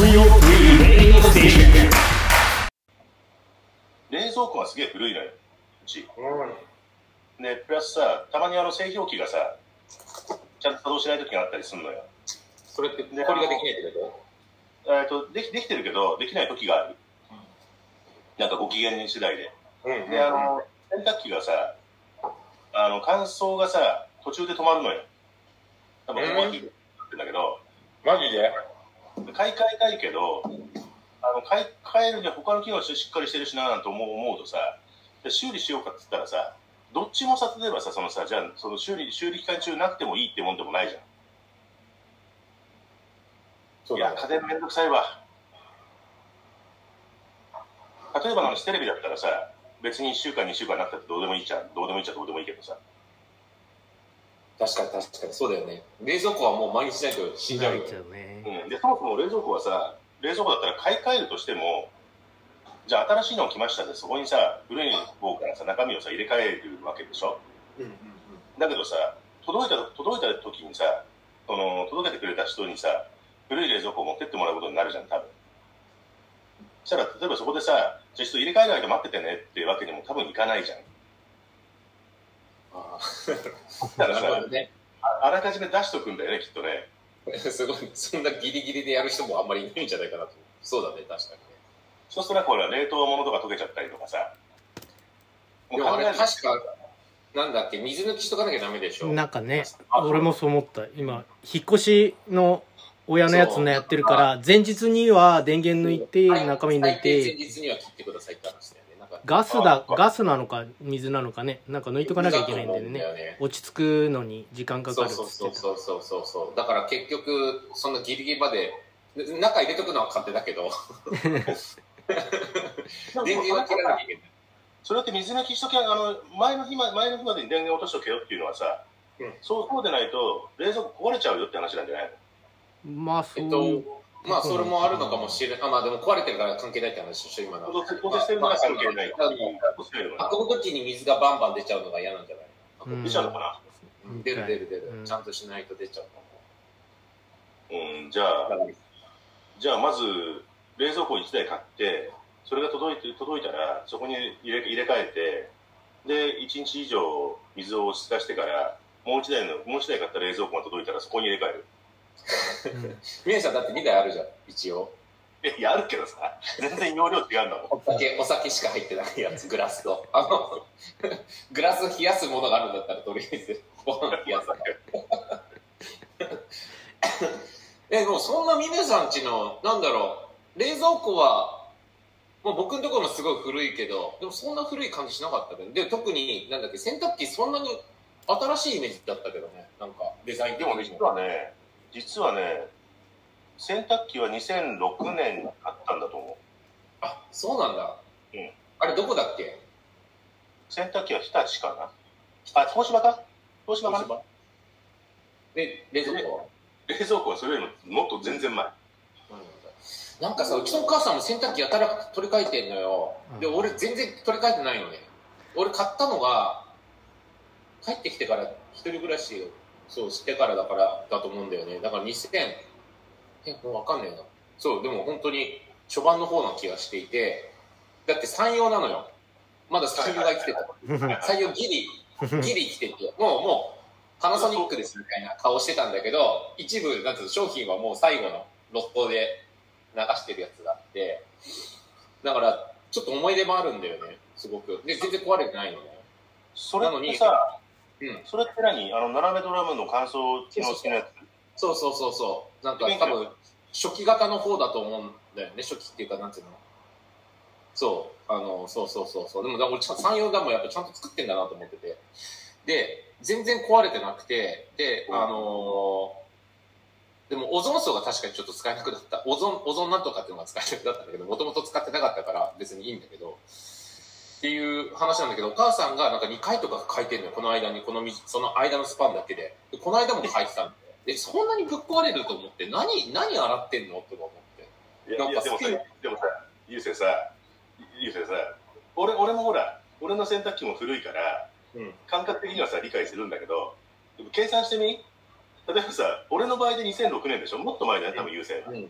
冷蔵庫がすげえ古いのよ、うち。で、プラスさ、たまに製氷機がさ、ちゃんと作動しない時があったりするのよ。 それって、これができないってこできてるけど、できない時がある。なんかご機嫌に次第で。で、洗濯機がさ、乾燥がさ、途中で止まるのよ。多分、ここがいいって言ってんだけど。 マジで買い替えたいけど、買い替えるには他の機能しっかりしてるしななんて思うとさ、修理しようかって言ったらさ、どっちもさ、例えばさ、じゃあ、その修理期間中なくてもいいってもんでもないじゃん。いや、家電めんどくさいわ。例えばテレビだったらさ、別に1週間2週間なくたってどうでもいいじゃん。どうでもいいけどさ。 確かにそうだよね。冷蔵庫はもう毎日ないと死んじゃうよね。で、そもそも冷蔵庫はさ、冷蔵庫だったら買い替えるとしても、じゃあ新しいのが来ましたで、そこにさ、古い方からさ、中身をさ、入れ替えるわけでしょ。だけどさ、届いた時にさ、届けてくれた人にさ、古い冷蔵庫を持ってってもらうことになるじゃん、多分。そしたら、例えばそこでさ、じゃあちょっと入れ替える間待っててねっていうわけにも多分いかないじゃん。だからさ、あらかじめ出しとくんだよね、きっとね。 すごい、そんなギリギリでやる人もあんまりいないんじゃないかなと。そうだね、確かにね。 そうするとほら、冷凍物とか溶けちゃったりとかさ。 でもあれ確か、なんだっけ、水抜きしとかなきゃダメでしょ。 なんかね、俺もそう思った。今、引っ越しの親のやつのやってるから、前日には電源抜いて、中身抜いて、 前日には切ってくださいって話だよね。 ガスなのか水なのかね、なんか抜いとかなきゃいけないんだよね。落ち着くのに時間かかるって言ってた。 そう。だから結局、そんなギリギリまで、中入れとくのは勝手だけど、電源は切らなきゃいけない。 それって水抜きしときゃ、前の日までに電源落としとけよっていうのはさ、そうでないと冷蔵庫壊れちゃうよって話なんじゃないの？ まあ、 まあそれもあるのかもしれない。まあでも壊れてるから関係ないって話でしょ、今の。 落としてるのは関係ない。 運ぶ時に水がバンバン出ちゃうのが嫌なんじゃない？ 出ちゃうのかな？ 出る。ちゃんとしないと出ちゃうかも。じゃあまず冷蔵庫1台買って、それが届いたらそこに入れ替えて、で1日以上水を落ち着かしてから、もう1台買った冷蔵庫が届いたらそこに入れ替える。 宮さんだって2台あるじゃん、一応。 いや、あるけどさ、全然容量違うんだもん。 お酒しか入ってないやつ、グラスと。グラス冷やすものがあるんだったらとりあえずご飯冷やす。でもそんな峰さんちの、なんだろう、冷蔵庫は、もう僕のところもすごい古いけど、でもそんな古い感じしなかったけど、で特に、なんだっけ、洗濯機そんなに新しいイメージだったけどね、なんかデザイン的にも。 でも実はね、洗濯機は2006年に買ったんだと思う。 あ、そうなんだ。あれどこだっけ？ 洗濯機は日立かな。東芝かな。 で、冷蔵庫はそれよりもっと全然前。 なんかさ、うちのお母さんも洗濯機やたら取り替えてんのよ。で、俺全然取り替えてないのね。俺買ったのが、帰ってきてから一人暮らしをしてからだと思うんだよね。だからもうわかんないな。そう、でも本当に初版の方な気がしていて、だって3用なのよ。まだ3用が生きてた。3用ギリ生きてて、もうパナソニックですみたいな顔してたんだけど、一部、なんていうの、商品はもう最後のロットで流してるやつがあって、だからちょっと思い出もあるんだよね、すごく。で、全然壊れてないのね。 それってさ、それって並べドラムの乾燥機能付きのやつ？ そう。なんか多分、初期型の方だと思うんだよね。初期っていうか、なんていうの。そう。でも、俺、3、4段もやっぱちゃんと作ってんだなと思ってて。で、全然壊れてなくて、で、でもオゾン層が確かにちょっと使えなくなった。オゾンなんとかっていうのが使えなくなったんだけど、もともと使ってなかったから別にいいんだけど、っていう話なんだけど、お母さんがなんか2回とか書いてるのよ、この間に、その間のスパンだけで。この間も書いてたんで、そんなにぶっ壊れると思って、何洗ってんのとか思って。 でもさ、ゆうせいさ、俺もほら、俺の洗濯機も古いから、感覚的にはさ、理解するんだけど、でも計算してみ？例えばさ、俺の場合で2006年でしょ？もっと前だよ、多分優勢。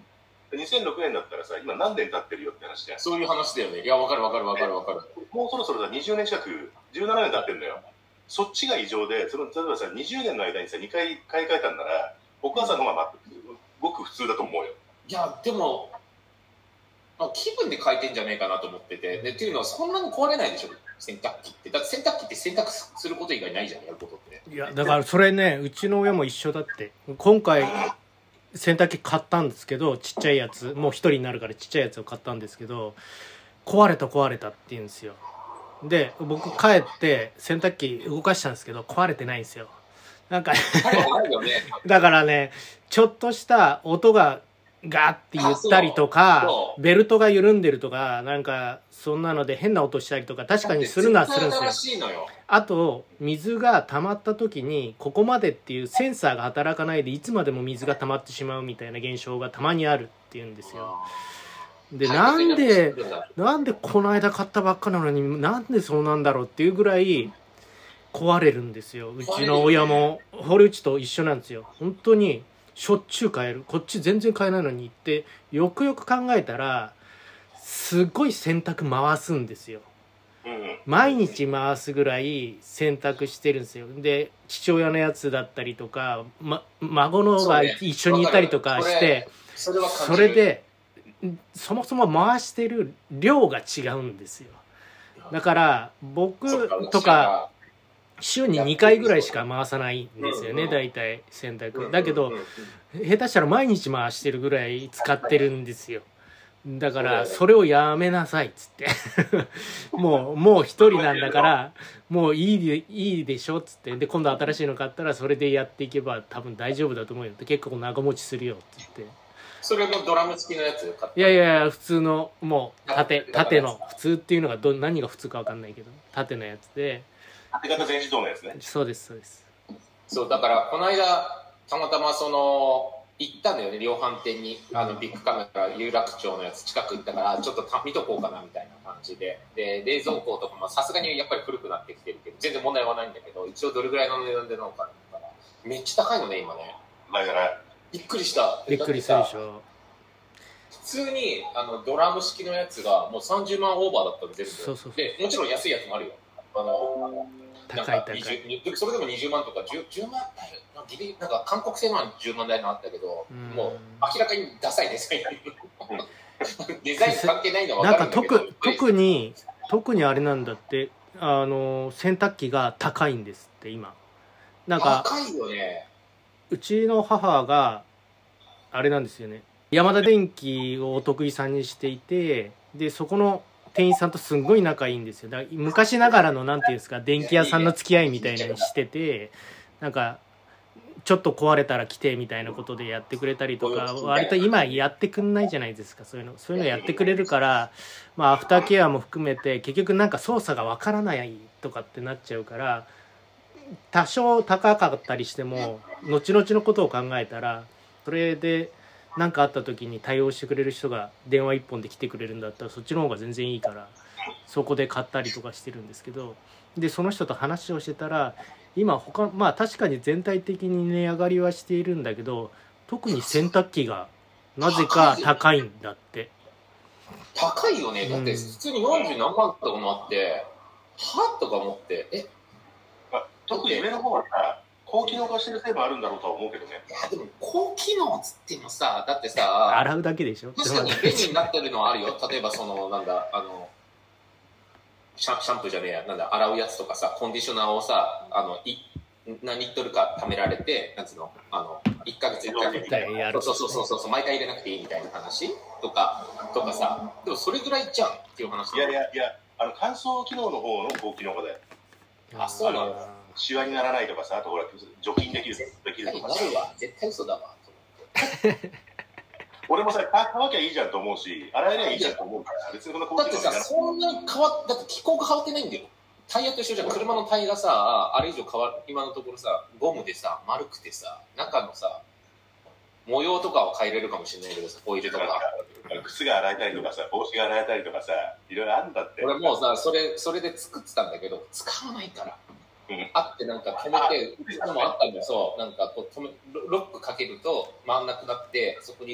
2006年だったらさ、今何年経ってるよって話じゃん。 そういう話だよね。いや、わかる。 もうそろそろだ、20年近く、17年経ってるんだよ。そっちが異常で、例えばさ、20年の間にさ、2回買い替えたんなら、お母さんの方がごく普通だと思うよ。 いや、でも、気分で変えてんじゃねえかなと思ってて。で、っていうのは、そんなに壊れないでしょ、洗濯機って。だって洗濯機って洗濯すること以外ないじゃん、やることって。 いや、だからそれね、うちの親も一緒だって。今回、洗濯機買ったんですけど、ちっちゃいやつ、もう一人になるからちっちゃいやつを買ったんですけど、壊れたって言うんですよ。で、僕帰って洗濯機動かしたんですけど、壊れてないんですよ。なんかだからね、ちょっとした音がガーって言ったりとか、ベルトが緩んでるとか、なんかそんなので変な音したりとか確かにするのはするんですよ。あと水が溜まった時にここまでっていうセンサーが働かないでいつまでも水が溜まってしまうみたいな現象がたまにあるっていうんですよ。で、なんでこの間買ったばっかなのになんでそうなんだろうっていうぐらい壊れるんですよ。うちの親も堀内と一緒なんですよ。本当にしょっちゅう買える、こっち全然買えないのにってよくよく考えたらすごい洗濯回すんですよ。毎日回すぐらい洗濯してるんですよ。で父親のやつだったりとか、孫のが一緒にいたりとかして、それでそもそも回してる量が違うんですよ。だから僕とか週に2回ぐらいしか回さないんですよね、大体洗濯。だけど下手したら毎日回してるぐらい使ってるんですよ。だからそれをやめなさいっつってもう一人なんだからもういいでしょっつって、で今度新しいの買ったらそれでやっていけば多分大丈夫だと思うよって、結構長持ちするよっつって。 それもドラム付きのやつ買った？ いや普通のもう縦の、普通っていうのが何が普通か分かんないけど縦のやつで、 縦型全自動のやつね。 そうです。 そうだからこの間たまたま行ったんだよね、量販店に。ビッグカメラ有楽町のやつ近く行ったからちょっと見とこうかなみたいな感じで、冷蔵庫とかもさすがにやっぱり古くなってきてるけど全然問題はないんだけど、一応どれぐらいの値段でなのかなからめっちゃ高いのね今ね。 だからびっくりした。 びっくりするでしょ。 普通にドラム式のやつがもう30万オーバーだったの全部。 そうでもちろん安いやつもあるよ。 高いそれでも20万とか10万台なんか韓国製のは10万台のあったけど、もう明らかにダサいデザインデザイン関係ないのは分かるんだけど、 特にあれなんだって、洗濯機が高いんですって今。なんか高いよね。 うちの母があれなんですよね、ヤマダ電機をお得意さんにしていて、でそこの店員さんとすんごい仲いいんですよ。だから昔ながらのなんていうんですか、電気屋さんの付き合いみたいなのにしてて、なんかちょっと壊れたら来てみたいなことでやってくれたりとか、割と今やってくんないじゃないですか、そういうのやってくれるから、アフターケアも含めて結局なんか操作がわからないとかってなっちゃうから、多少高かったりしても後々のことを考えたら、それで何かあった時に対応してくれる人が電話一本で来てくれるんだったらそっちの方が全然いいから、そこで買ったりとかしてるんですけど、でその人と話をしてたら今確かに全体的に値上がりはしているんだけど、特に洗濯機がなぜか高いんだって。 高いよね。だって普通に40何万とかもあってはとか思って、 特に上の方は高機能化してるせいもあるんだろうとは思うけどね。 いやでも高機能っつってもさ、だってさ洗うだけでしょ。 確かに便利になってるのはあるよ。例えばなんだシャンプーじゃねえや、なんだ洗うやつとかさ、コンディショナーをさ何リットルか貯められて、なんつうの1ヶ月1回みたいな、そう毎回入れなくていいみたいな話とかさ、でもそれぐらいじゃんっていう話。 いや乾燥機能の方の高機能化だよ。 あ、そうなんだ。 シワにならないとかさ、あとほら除菌できるとかさ。 なるわ、絶対嘘だわと思って。 俺もさ、乾きゃいいじゃんと思うし、洗えりゃいいじゃんと思うから、別にこんな高機能だってさ、そんなにだって気候が変わってないんだよ。タイヤと一緒じゃん。車のタイヤがさ、あれ以上今のところさ、ゴムでさ、丸くてさ、中のさ、模様とかは変えれるかもしれないけどさ、オイルとか。 靴が洗えたりとかさ、帽子が洗えたりとかさ、いろいろあるんだって。 俺もうさ、それで作ってたんだけど、使わないから。あってなんか止めてのもあったんだよ。そうなんかこうロックかけると回んなくなって、そこに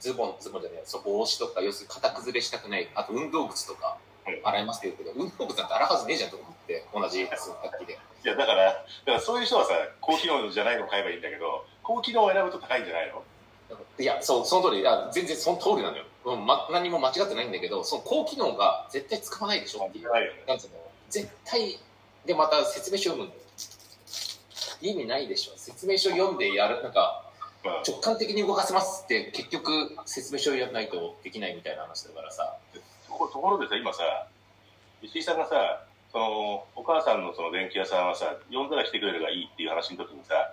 ズボンじゃない、帽子とか、要するに型崩れしたくない、あと運動靴とか洗いますって言うけど、運動靴なんて洗うはずねえじゃんと思って、同じ洗濯機で。 いやだからそういう人はさ、高機能じゃないの買えばいいんだけど、高機能を選ぶと高いんじゃないの？ いや、その通り、全然その通りなのよ。何も間違ってないんだけど、その高機能が絶対使わないでしょっていう。なんつうの、絶対、で、また説明書読むんだよ。意味ないでしょ。説明書読んでやる、なんか、直感的に動かせますって結局説明書をやらないとできないみたいな話だからさ。 ところでさ、今さ、石井さんがさ、お母さんのその電気屋さんはさ、呼んだら来てくれるがいいっていう話の時にさ、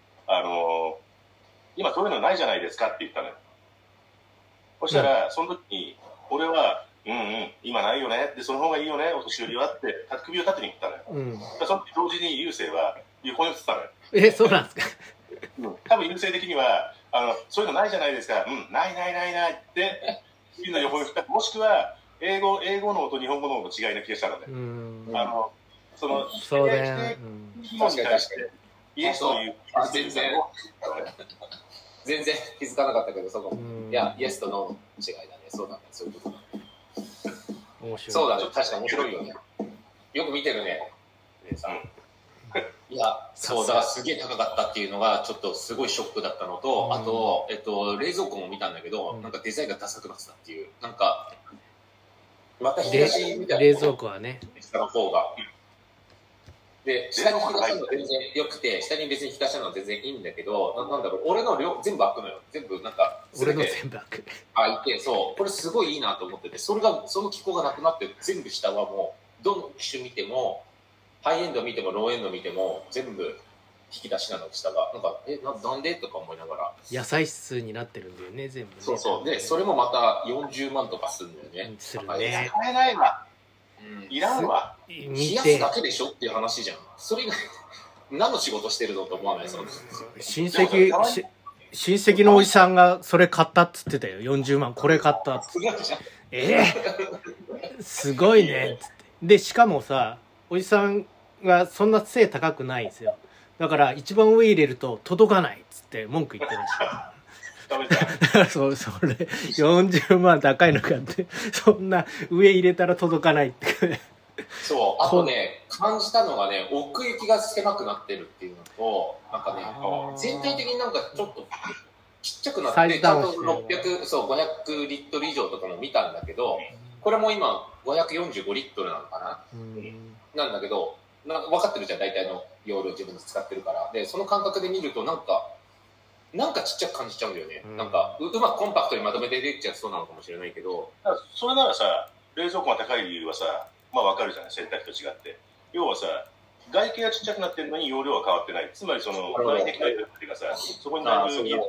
今そういうのないじゃないですかって言ったのよ。そしたら、その時に、俺は、今ないよね。で、その方がいいよね、お年寄りはって、首を立てに行ったのよ。その時同時に優勢は横に移ったのよ。 そうなんですか。 多分優勢的には、そういうのないじゃないですか。ないっていうの横に振った。もしくは、英語の音、日本語の音の違いな気がしたので。 そうだよ。 確かにイエスという。 全然気づかなかったけど、そうかも。いや、イエスとノーの違いだね。そうだね。そういうことだ。面白い。そうだね。確かに面白いよね。よく見てるね。いや、そうだからすげえ高かったっていうのがちょっとすごいショックだったのと、あと、冷蔵庫も見たんだけど、なんかデザインがダサくなってたっていう、なんか、また引き出しみたいな。 冷蔵庫はね。 下の方が。で、下に引き出したのは全然良くて、下に別に引き出したのは全然いいんだけど、なんだろう、俺の量全部開くのよ。全部なんか、 俺の全部開く。 開いて、そう、これすごいいいなと思ってて、その機構がなくなって、全部下はもう、どの機種見ても、ハイエンド見てもローエンド見ても全部引き出しなの下がなんかなんでとか思いながら野菜室になってるんだよね全部ね。 そうでそれもまた40万とかするんだよね。 するね。 買えないわ、いらんわ。 冷やすだけでしょっていう話じゃん。それ以外何の仕事してるのと思わない？その親戚のおじさんがそれ買ったっつってたよ。40万これ買ったっつって。すごいねっつって。でしかもさ、おじさんがそんな背高くないんですよ。だから一番上入れると届かないっつって文句言ってらっしゃる。それ40万高いのかって、そんな上入れたら届かないってそう、あとね感じたのがね、奥行きが狭くなってるっていうのと、なんかね全体的になんかちょっとちっちゃくなって、ちゃんと500リットル以上とかも見たんだけど、これも今545リットルなのかな、なんだけど、分かってるじゃん、大体の容量自分で使ってるから。でその感覚で見るとなんかちっちゃく感じちゃうんだよね。なんかうまくコンパクトにまとめて出ちゃうそうなのかもしれないけど、 それならさ、冷蔵庫が高い理由はさ、まあ分かるじゃない、洗濯機と違って。要はさ、外形がちっちゃくなってるのに容量は変わってない。つまりその内的なっていうかさ、そこになる確かに、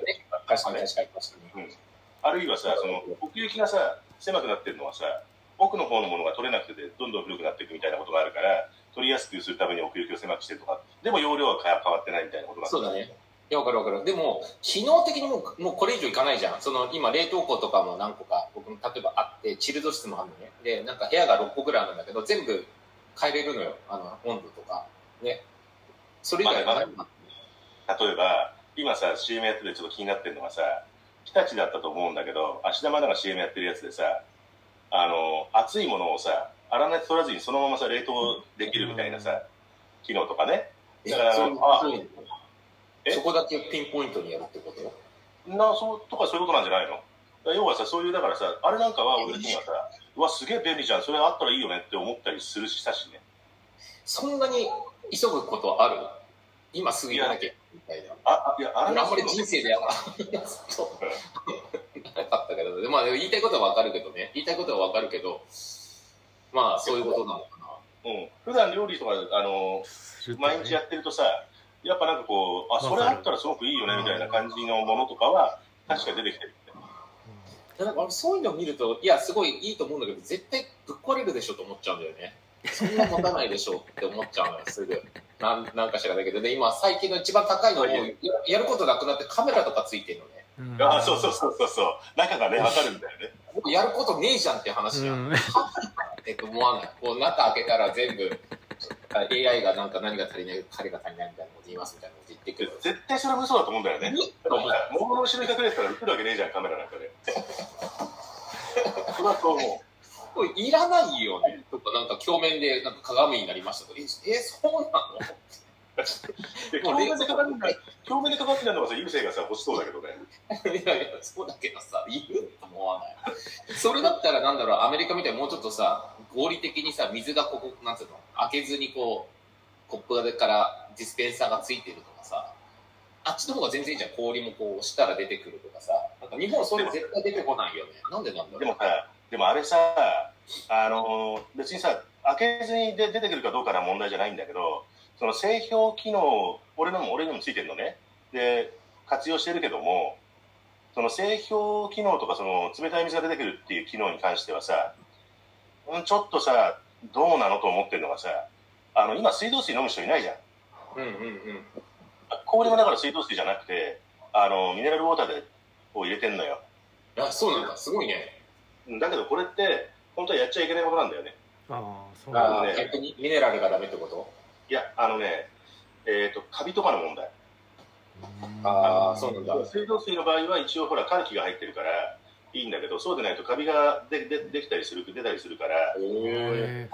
あるいはさ、その奥行きがさ狭くなってるのはさ、奥の方のものが取れなくてどんどん古くなっていくみたいなことがあるから、取りやすくするために奥行きを狭くしてるとか、でも容量は変わってないみたいなことがある。 そうだね。いや、分かる。でも機能的にもうこれ以上いかないじゃん。その今冷凍庫とかも何個か僕も例えばあって、チルド室もあるのね。でなんか部屋が6個ぐらいあるんだけど、全部変えれるのよ、温度とかね。それ以外はない。 例えば今さ CM やっててちょっと気になってるのがさ、日立だったと思うんだけど、芦田愛菜が CM やってるやつでさ、熱いものをさ粗熱取らずにそのままさ冷凍できるみたいなさ機能とかね。だからそこだけピンポイントにやるってこととかそういうことなんじゃないの？要はさ、そういうだからさ、あれなんかは俺にはさ、うわすげえ便利じゃん、それあったらいいよねって思ったりするしさしね。 そんなに急ぐことある？今すぐ行かなきゃみたいな。あんまり人生でなかったけど、まあ言いたいことはわかるけどね。まあそういうことなのかな。 普段料理とか毎日やってるとさ、やっぱなんかこう、それあったらすごくいいよねみたいな感じのものとかは確かに出てきてる。 なんかそういうのを見ると、いやすごいいいと思うんだけど、絶対ぶっ壊れるでしょと思っちゃうんだよね。そんな持たないでしょって思っちゃうのよ、すぐ。なんかしらだけど、で今最近の一番高いのをやることなくなってカメラとかついてるのね。 そう中がね分かるんだよね。 やることねえじゃんって話じゃん。って思わない。こう中開けたら全部 AI がなんか何が足りない、彼が足りないみたいなこと言いますみたいなこと言ってくる。 絶対それは嘘だと思うんだよね。桃の後ろに隠れてたら映るわけねえじゃん、カメラなんかで。それはそう思う。 これいらないよね。とか、なんか鏡面でなんか鏡になりましたとか。そうなの表面でかかってるのがさ、優勢がさ、欲しそうだけどね。 いやいや、そうだけどさ、いると思わない。それだったら、なんだろう、アメリカみたいにもうちょっとさ、合理的にさ、水がここ、なんつうの、開けずにこう、コップからディスペンサーがついてるとかさ、あっちの方が全然いいじゃん。氷もこう押したら出てくるとかさ。なんか日本それ絶対出てこないよね。なんでなんだろう。 でもあれさ、別にさ、開けずに出てくるかどうかの問題じゃないんだけど、その製氷機能、俺にもついてるのね。で、活用してるけども、その製氷機能とか、その冷たい水が出てくるっていう機能に関してはさ、ちょっとさ、どうなのと思ってるのがさ、今水道水飲む人いないじゃん。氷もだから水道水じゃなくて、ミネラルウォーターを入れてんのよ。 あ、そうなんだ。すごいね。 だけどこれって、本当はやっちゃいけないことなんだよね。 そうなんだね。逆にミネラルがダメってこと？ いや、カビとかの問題。 そうなんだ。 水道水の場合は一応ほら、カルキが入ってるからいいんだけど、そうでないとカビが出たりするから、で、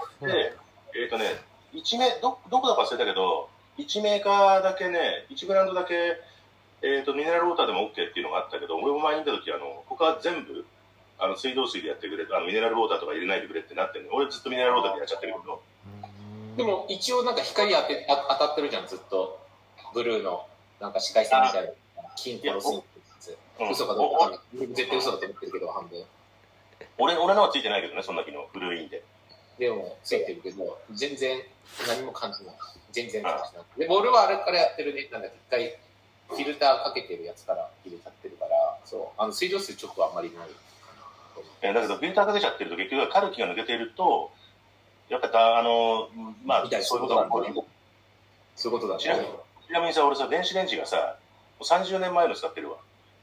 どこだか忘れたけど、1メーカーだけね、1ブランドだけ、ミネラルウォーターでも OK っていうのがあったけど、俺も前に行った時、他は全部、水道水でやってくれ、ミネラルウォーターとか入れないでくれってなってるの。俺ずっとミネラルウォーターでやっちゃってるけど。 でも一応なんか光当たってるじゃん、ずっと。ブルーの、なんか紫外線みたいな。金殺すってやつ。嘘かどうかわかんない。絶対嘘だと思ってるけど、半分。 俺のはついてないけどね、そんな機能。ブルーインで。 でも、ついてるけど、全然何も感じない。全然感じない。でも俺はあれからやってるね、なんだっけ、一回、フィルターかけてるやつから入れちゃってるから、そう、水道水ちょっとあんまりない。 だけど、フィルターかけちゃってると、結局カルキが抜けていると、やっぱまあ、そういうことなんだね。 そういうことだね。 ちなみにさ、俺さ、電子レンジがさ、30年前の使ってるわ。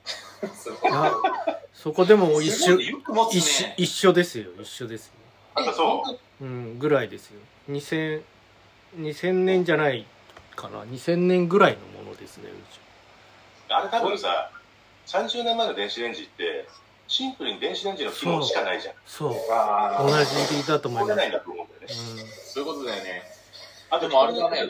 そこでも一緒ですよ。一緒ですよ。 そうぐらいですよ。2000年じゃないかな。2000年ぐらいのものですね、うち。 あれ多分さ、30年前の電子レンジって、シンプルに電子レンジの機能しかないじゃん。 そう。同じだと思います。 そういうことだよね。 でもあれだね、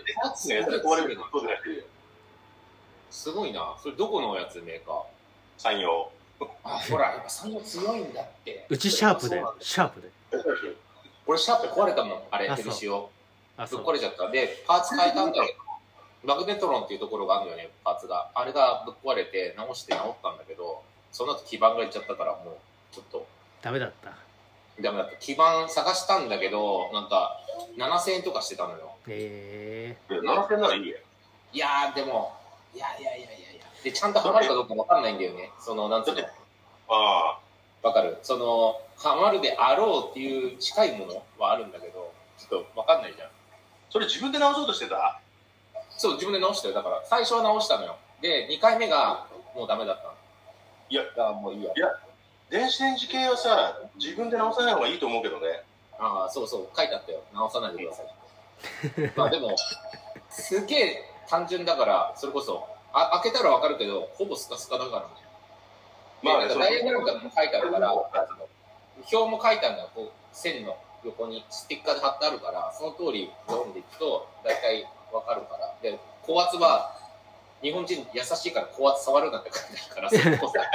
すごいな。それどこのやつメーカー？ 山陽。 ほら、やっぱ山陽強いんだって。 うちシャープで。 俺シャープ壊れたもん、あれ、ヘルシオ。ぶっ壊れちゃった。で、パーツ変えたんだけど、マグネトロンっていうところがあるんだよね、パーツが。あれがぶっ壊れて、直ったんだけど、その後基板がいっちゃったから、もう、ちょっと。 ダメだった。 基板探したんだけど、なんか、7000円とかしてたのよ。 7000円ならいいや。 いやー、でも、いや。で、ちゃんとはまるかどうかわかんないんだよね。なんつうの。わかる。はまるであろうっていう近いものはあるんだけど、ちょっとわかんないじゃん。 それ自分で直そうとしてた？ そう、自分で直したよ。だから、最初は直したのよ。で、2回目がもうダメだったの。 いや、 だからもういいや。 いや、電子レンジ系はさ、自分で直さない方がいいと思うけどね。 そうそう、書いてあったよ。直さないでください。まあでも、すげえ単純だから、それこそ、開けたらわかるけど、ほぼスカスカだからね。まあ、ダイヤグラムとかも書いてあるから、表も書いてあるのは、こう、線の横にステッカーで貼ってあるから、その通り読んでいくと、大体わかるから。で、高圧は、日本人優しいから高圧触るなんて書いてあるから、そこさ。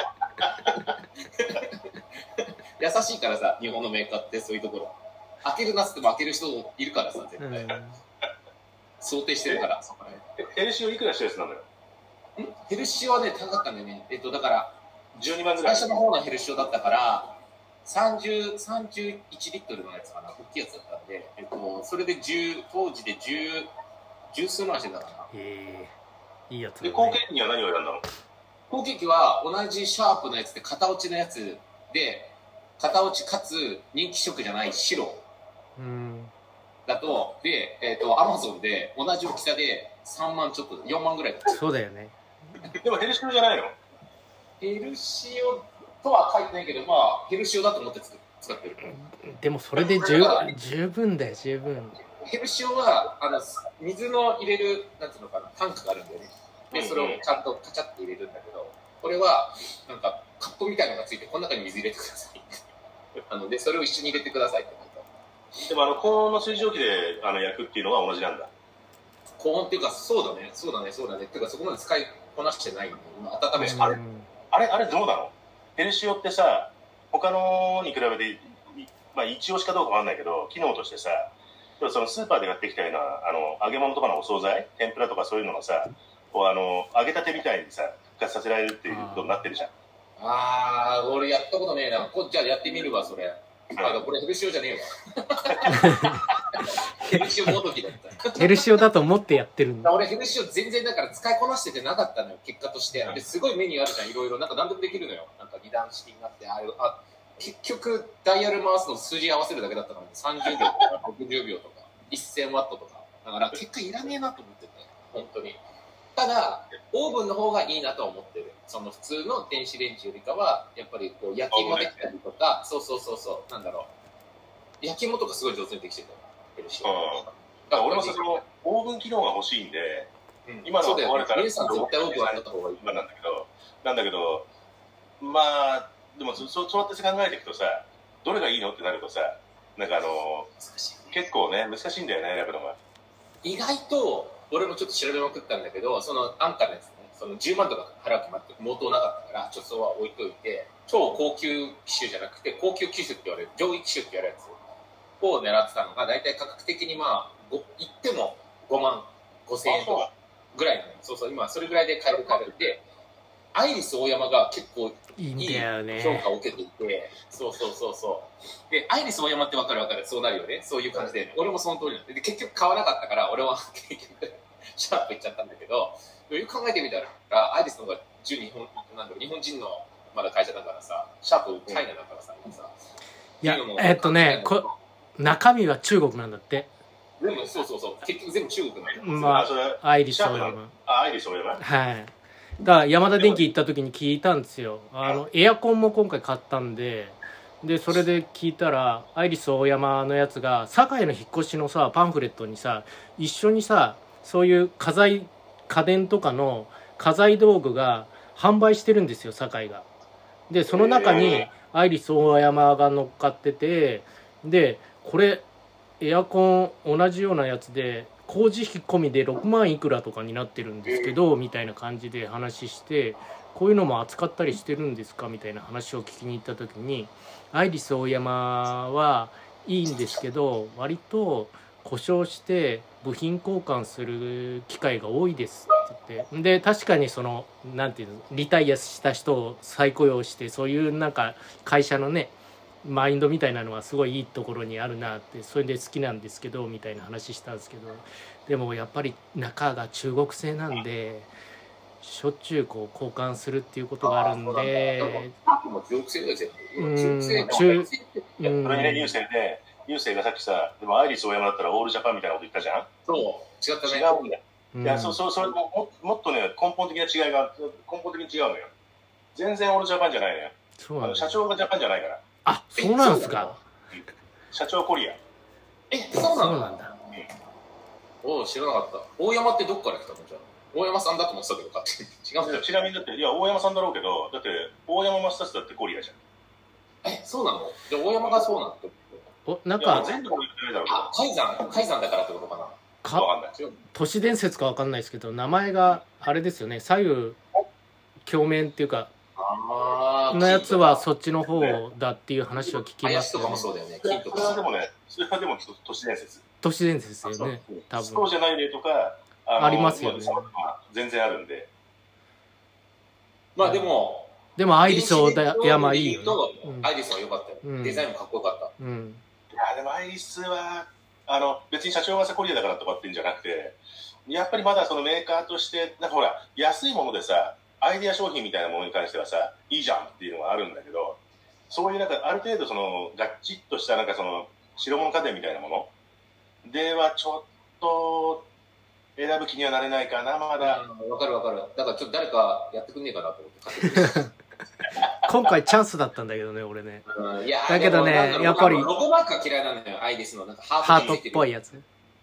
優しいからさ、日本のメーカーってそういうところ。開けるなっつっても開ける人いるからさ、絶対。想定してるから、そこら辺。ヘルシオいくらしたやつなのよ？ ヘルシオはね、高かったんだよね。だから、 12万ぐらい。 最初の方のヘルシオだったから、31リットルのやつかな、大きいやつだったんで、それで当時で十数万してたかな。 いいやつ、 で、後継機には何を選んだの？ 後継機は同じシャープのやつで、型落ちのやつで、型落ちかつ人気色じゃない白だと、で、アマゾンで同じ大きさで3万ちょっと、4万ぐらいだった。 そうだよね。 でもヘルシオじゃないの？ ヘルシオとは書いてないけど、まあ、ヘルシオだと思って使ってる。 でもそれで十分だよ、十分。 ヘルシオは水の入れるなんていうのかなタンクがあるんだよね。でそれをちゃんとカチャって入れるんだけど、これはなんかカップみたいなのがついてこの中に水入れてくださいでそれを一緒に入れてくださいって言った。 でも高温の水蒸気で焼くっていうのは同じなんだ。 高温っていうかそうだねっていうかそこまで使いこなしてないんで今温めしかあれどうなの？ヘルシオってさ他のに比べてまあ一押しかどうかわかんないけど機能としてさ、そのスーパーで買ってきたような揚げ物とかのお惣菜天ぷらとかそういうののさ揚げたてみたいにさ復活させられるっていうことになってるじゃん。 俺やったことねえな。じゃあやってみるわそれ。これヘルシオじゃねえわヘルシオもどきだったヘルシオだと思ってやってるんだ。 俺ヘルシオ全然だから使いこなしててなかったのよ結果として。ですごいメニューあるじゃんいろいろなんか何でもできるのよ。なんか二段式になって結局ダイヤル回すの数字合わせるだけだったから30秒とか60秒とか1000ワットとかだから結果いらねえなと思ってて本当に。ただオーブンの方がいいなとは思ってる。その普通の電子レンジよりかはやっぱりこう焼き芋できたりとかそうなんだろう焼き芋とかすごい上手にできてたヘルシオ。 だから俺もそのオーブン機能が欲しいんで、今の壊れたら皆さん絶対オーブンあった方がいいなんだけどまあでもそうやって考えていくとさどれがいいのってなるとさなんか結構ね難しいんだよね選ぶのが。 意外と俺もちょっと調べまくったんだけどその安価なやつねその10万とか払う決まって毛頭なかったからちょっとそれは置いといて超高級機種じゃなくて高級機種って言われる上位機種って言われるやつを狙ってたのが大体価格的にまあ言っても5万5千円とかぐらいなの。そう今それぐらいで買えるでアイリスオーヤマが結構いい評価を受けていてそうでアイリスオーヤマって分かるそうなるよねそういう感じで、俺もその通りなんで結局買わなかったから俺は結局シャープ行っちゃったんだけどよく考えてみたらアイリスの方が日本人のまだ会社だからさシャープチャイナだからさいや中身は中国なんだって。 全部そう結局全部中国なんだ。 まあアイリスオーヤマアイリスオーヤマはいだからヤマダ電機行った時に聞いたんですよ。エアコンも今回買ったんでそれで聞いたらアイリスオーヤマのやつが堺の引っ越しのさパンフレットにさ一緒にさそういう家電とかの家財道具が販売してるんですよ堺が。でその中にアイリスオーヤマが乗っかっててでこれエアコン同じようなやつで工事費込みで6万いくらとかになってるんですけどみたいな感じで話してこういうのも扱ったりしてるんですかみたいな話を聞きに行った時にアイリスオーヤマはいいんですけど割と故障して部品交換する機会が多いですって言ってで確かにそのなんていうのリタイアした人を再雇用してそういうなんか会社のねマインドみたいなのはすごいいいところにあるなってそれで好きなんですけどみたいな話したんですけどでもやっぱり中が中国製なんでしょっちゅうこう交換するっていうことがあるんでユーセイがさっきさでもアイリスオーヤマだったらオールジャパンみたいなこと言ったじゃん。 そう違ったね。 違うんだよ。いやそれもっとね根本的な違いが根本的に違うのよ。全然オールジャパンじゃないのよ。社長がジャパンじゃないから。 あ、そうなんですか。 社長コリア。 そうなんだ。知らなかった。大山ってどっから来たのじゃあ。大山さんだと思ってたけどかって違うんだよ。 ちなみにだっていや大山さんだろうけどだって大山マスタスだってコリアじゃん。 そうなの？じゃあ大山がそうなの？ なんか全部言ってないだろうけど。海山だからってことかな。 わかんない。 都市伝説かわかんないですけど名前があれですよね。左右鏡面っていうか。のやつはそっちの方だっていう話を聞きましたね。 そうだよね。 それはでも都市伝説。 都市伝説ですよね。多分。 そうじゃない例とかありますよね。 全然あるんで。 まあでもアイリスオーヤマいいよね。 アイリスは良かったよ。デザインもかっこよかった。 いやでもアイリスは別に社長がコリアだからとかってんじゃなくて、やっぱりまだそのメーカーとしてなんかほら安いものでさ。アイデア商品みたいなものに関してはさいいじゃんっていうのがあるんだけどそういうなんかある程度そのガッチッとしたなんかその白物家電みたいなものではちょっと選ぶ気にはなれないかなまだ。 わかるだからちょっと誰かやってくんねえかなと思って今回チャンスだったんだけどね俺ね。 いやだけどねやっぱりロゴマークが嫌いなんだよアイリスのなんかハートっぽいやつ。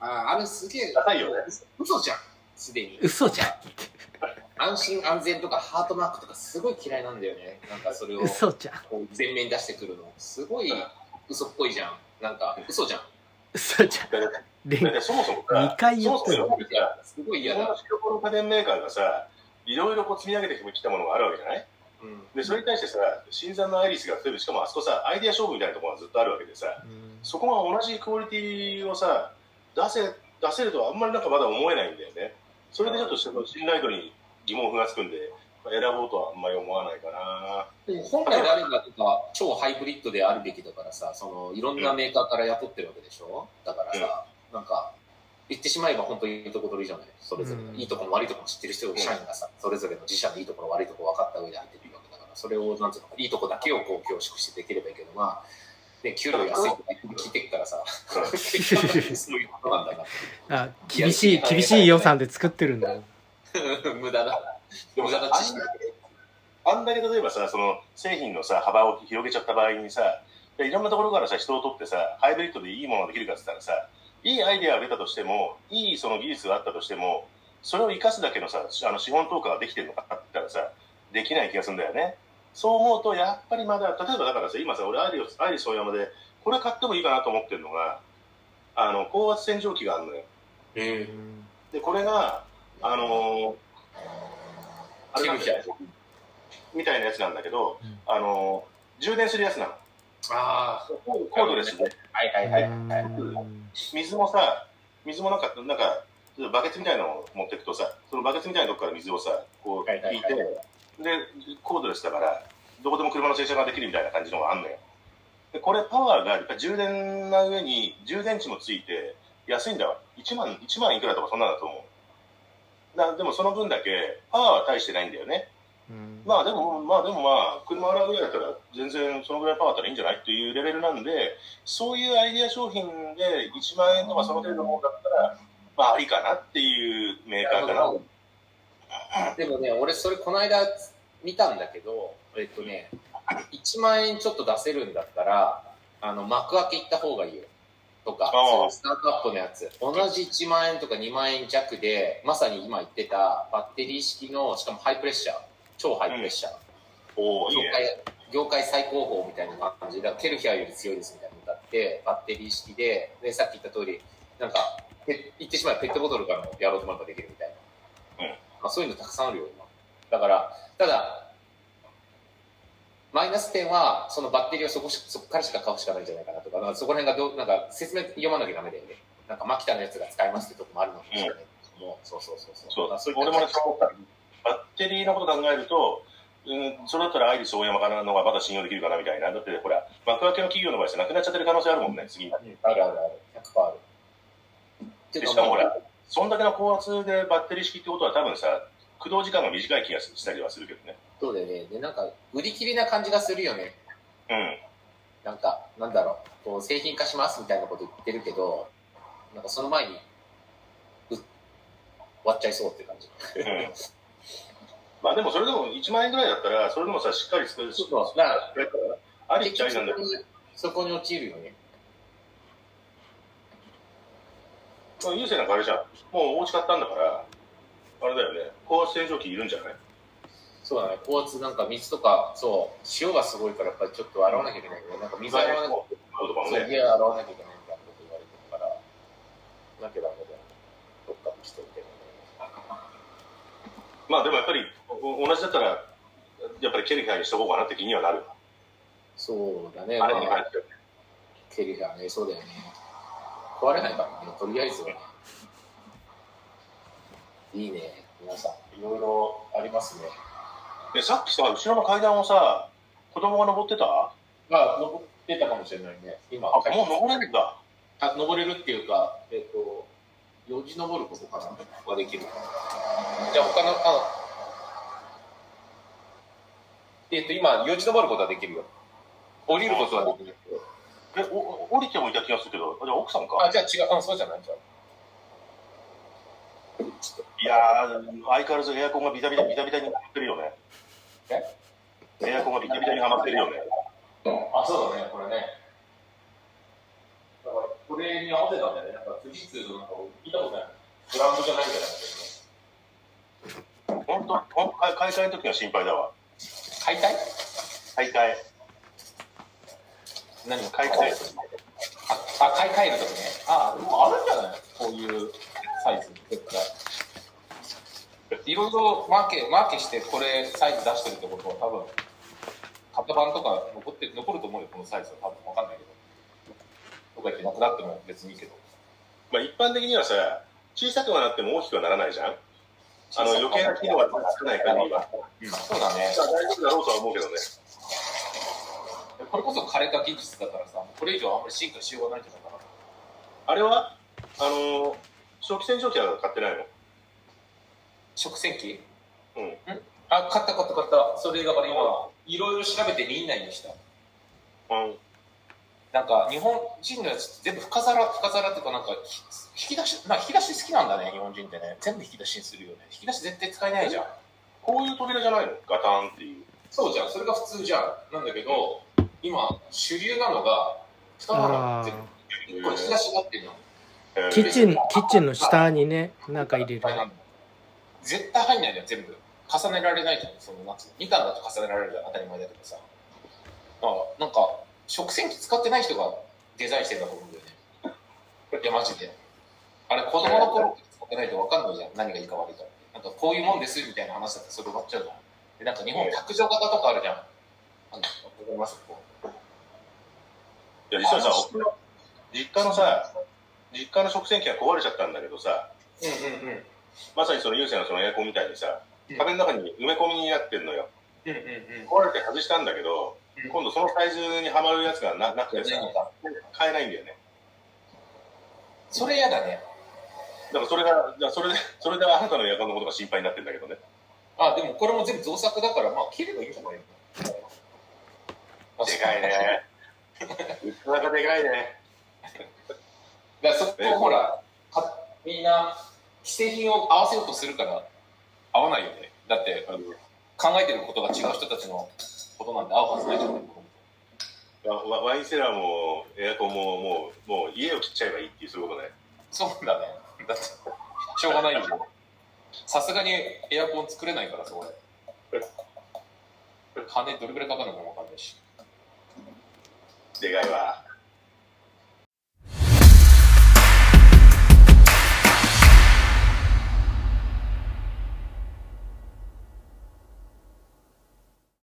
あれすげえ。 高いよね。 嘘じゃん。すでに。 嘘じゃん。 安心安全とかハートマークとかすごい嫌いなんだよね。なんかそれを嘘じゃん。 全面に出してくるの。すごい嘘っぽいじゃん。なんか嘘じゃん。 嘘じゃん。 そもそも 2回言ってる。 すごい嫌だ。 白黒家電メーカーがさ、いろいろこう積み上げてきたものがあるわけじゃない、でそれに対してさ、新参のアイリスが例えば、しかもあそこさ、アイデア勝負みたいなところがずっとあるわけでさ、そこが同じクオリティをさ、出せるとはあんまりなんかまだ思えないんだよね。それでちょっと信頼度に疑問符がつくんで、選ぼうとはあんまり思わないかな。 でも本来であればとか超ハイブリッドであるべきだからさ、いろんなメーカーから雇ってるわけでしょ。だからさ、なんか言ってしまえば本当にいいとこ取りじゃない。それぞれ、いいところも悪いところも知ってる人、社員がさ、それぞれの自社のいいところ悪いところ分かった上で入ってくるわけだから、それをなんていうのか、いいとこだけをこう凝縮してできればいいけど、まあで給料安いとか聞いてくからさ、そういうことなんだな。 あ、厳しい予算で作ってるんだ。 無駄な知識。 あんだけ例えばさ、その製品のさ幅を広げちゃった場合にさ、いろんなところからさ人を取ってさ、ハイブリッドでいいものができるかって言ったらさ、いいアイデアが出たとしても、いいその技術があったとしても、それを生かすだけのさ、資本投下ができてるのかって言ったらさ、できない気がするんだよね。そう思うと、やっぱりまだ、例えばだからさ、今さ、俺アイリスオーヤマで、これ買ってもいいかなと思ってるのが、高圧洗浄機があるのよ。で、これが、あれなんだよ、みたいなやつなんだけど、充電するやつなの。 ああ、 コードレスで。水もなんかバケツみたいなのを持っていくとさ、そのバケツみたいなとこから水をさ、こう引いて、で、コードレスだから、どこでも車の洗車ができるみたいな感じのがあるのよ。でこれパワーがやっぱ充電な上に充電池もついて安いんだわ。1万いくらとかそんなんだと思う。でもその分だけパワーは大してないんだよね。まあでも車洗うぐらいだったら全然そのぐらいパワーあったらいいんじゃないっていうレベルなんで、そういうアイデア商品で1万円とかその程度のものだったらまあありかなっていうメーカーかな。 でもね、俺それこの間見たんだけど、1万円ちょっと出せるんだったら幕開け行った方がいいよとか、スタートアップのやつ同じ1万円とか2万円弱でまさに今言ってたバッテリー式の、しかもハイプレッシャー、超ハイプレッシャー、業界最高峰みたいな感じでケルヒャーより強いですみたいなのがあって、バッテリー式で、さっき言った通りなんか言ってしまえばペットボトルからもやろうと思えばできるみたいな、まあ、そういうのたくさんあるよ今。だからただマイナス点はそのバッテリーをそこからしか買うしかないんじゃないかなとか、そこら辺がなんか説明読まなきゃダメだよね。なんかマキタのやつが使えますってとこもあるのかもしれないけども、 俺もそう思った。バッテリーのこと考えると、それだったらアイリスオーヤマかなのがまだ信用できるかなみたいな。だってほら、幕開けの企業の場合じゃなくなっちゃってる可能性あるもんね、次に。 あるあるある、100%ある。 でしかもほら、そんだけの高圧でバッテリー式ってことは多分さ、駆動時間が短い気がしたりはするけどね。 そうだよね。で、なんか、売り切りな感じがするよね。なんか、なんだろう、こう製品化しますみたいなこと言ってるけど、なんかその前に、終わっちゃいそうって感じ。 まあでもそれでも1万円ぐらいだったら、それでもさ、しっかり作る。ありっちゃありなんだけど。 そこに陥るよね。 優勢なんかあれじゃん。もうお家買ったんだから、あれだよね。高圧洗浄機いるんじゃない？ そうだね。高圧なんか水とか、そう、塩がすごいから、やっぱりちょっと洗わなきゃいけないけど、なんか水洗わなきゃいけない。家洗わなきゃいけないみたいなこと言われてるから、なきゃダメだよ。どっかにしておいて。 まあでもやっぱり、同じだったら、やっぱりケルヒャーにしとこうかなって気にはなる。 そうだね。 あれに関しては。 ケルヒャーね、そうだよね。壊れないからね、とりあえずはね。いいね、皆さん、いろいろありますね。 さっきさ、後ろの階段をさ、子供が登ってた？ 登ってたかもしれないね。今、 もう登れるんだ。 登れるっていうか、よじ登ることかなはできる。じゃあ他の、今、よじ登ることはできるよ。降りることはできる。 降りてもいた気がするけど、じゃあ奥さんか。 じゃあ違う、そうじゃないじゃん。 いやー、相変わらずエアコンがビタビタにはまってるよね。エアコンがビタビタにはまってるよね。 そうだね、これね。だから、これに合わせたんだよね。なんか次富士通のなんか見たことないブランドじゃないんじゃない本当買い替えの時は心配だわ。 買い替え何を買い替え買い替えるときね。でもあるんじゃないこういうサイズ絶対。いろいろマーケしてこれサイズ出してるってことは多分型番とか残ると思うよ。このサイズは多分分かんないけど。とか言ってなくなっても別にいいけど。 まあ一般的にはさ、小さくはなっても大きくはならないじゃん。余計な機能がつかない限りは。 そうだね。 大丈夫だろうとは思うけどね。 これこそ枯れた技術だからさ、これ以上あんまり進化しようがないんじゃないかな。 あれは食洗浄機は買ってないの？ 食洗機？ うん。 買った。それだから今、いろいろ調べて2位以内にした。なんか日本人のやつ全部深皿っていうかなんか引き出し好きなんだね、日本人ってね。全部引き出しにするよね。引き出し絶対使えないじゃん。 こういう扉じゃないの？ガタンっていう。 そうじゃん、それが普通じゃん。なんだけど、今主流なのが蓋なの。これ引き出しだっていうの。 キッチンの下にね、なんか入れる。 絶対入んないのよ、全部。重ねられないじゃん、その夏。2段だと重ねられるじゃん、当たり前だけどさ。なんか、食洗機使ってない人がデザインしてるんだと思うんだよね。いや、マジで。あれ、子供の頃使ってないと分かんないじゃん、何がいいか悪いか。なんか、こういうもんですみたいな話だってそれ終わっちゃうじゃん。で、なんか日本、卓上型とかあるじゃん。わかります？ いや、実はさ、実家の食洗機が壊れちゃったんだけどさ、まさにその有線のそのエアコンみたいにさ、壁の中に埋め込みになってんのよ。壊れて外したんだけど、今度そのサイズにはまるやつがなくてさ、買えないんだよね。 それ嫌だね。 だからそれであなたのエアコンのことが心配になってんだけどね。 でもこれも全部造作だから、まあ切ればいいんじゃないの？ でかいね。なかなかでかいね。 だからそこをほら、みんな既製品を合わせようとするから合わないよね。だって考えてることが違う人たちのことなんて合うはずないじゃん。 ワインセラーもエアコンももう家を切っちゃえばいいっていうそういうことね。 そうだね。だってしょうがないよ。さすがにエアコン作れないからそれ。金どれぐらいかかるのかもわかんないし。 でかいわ。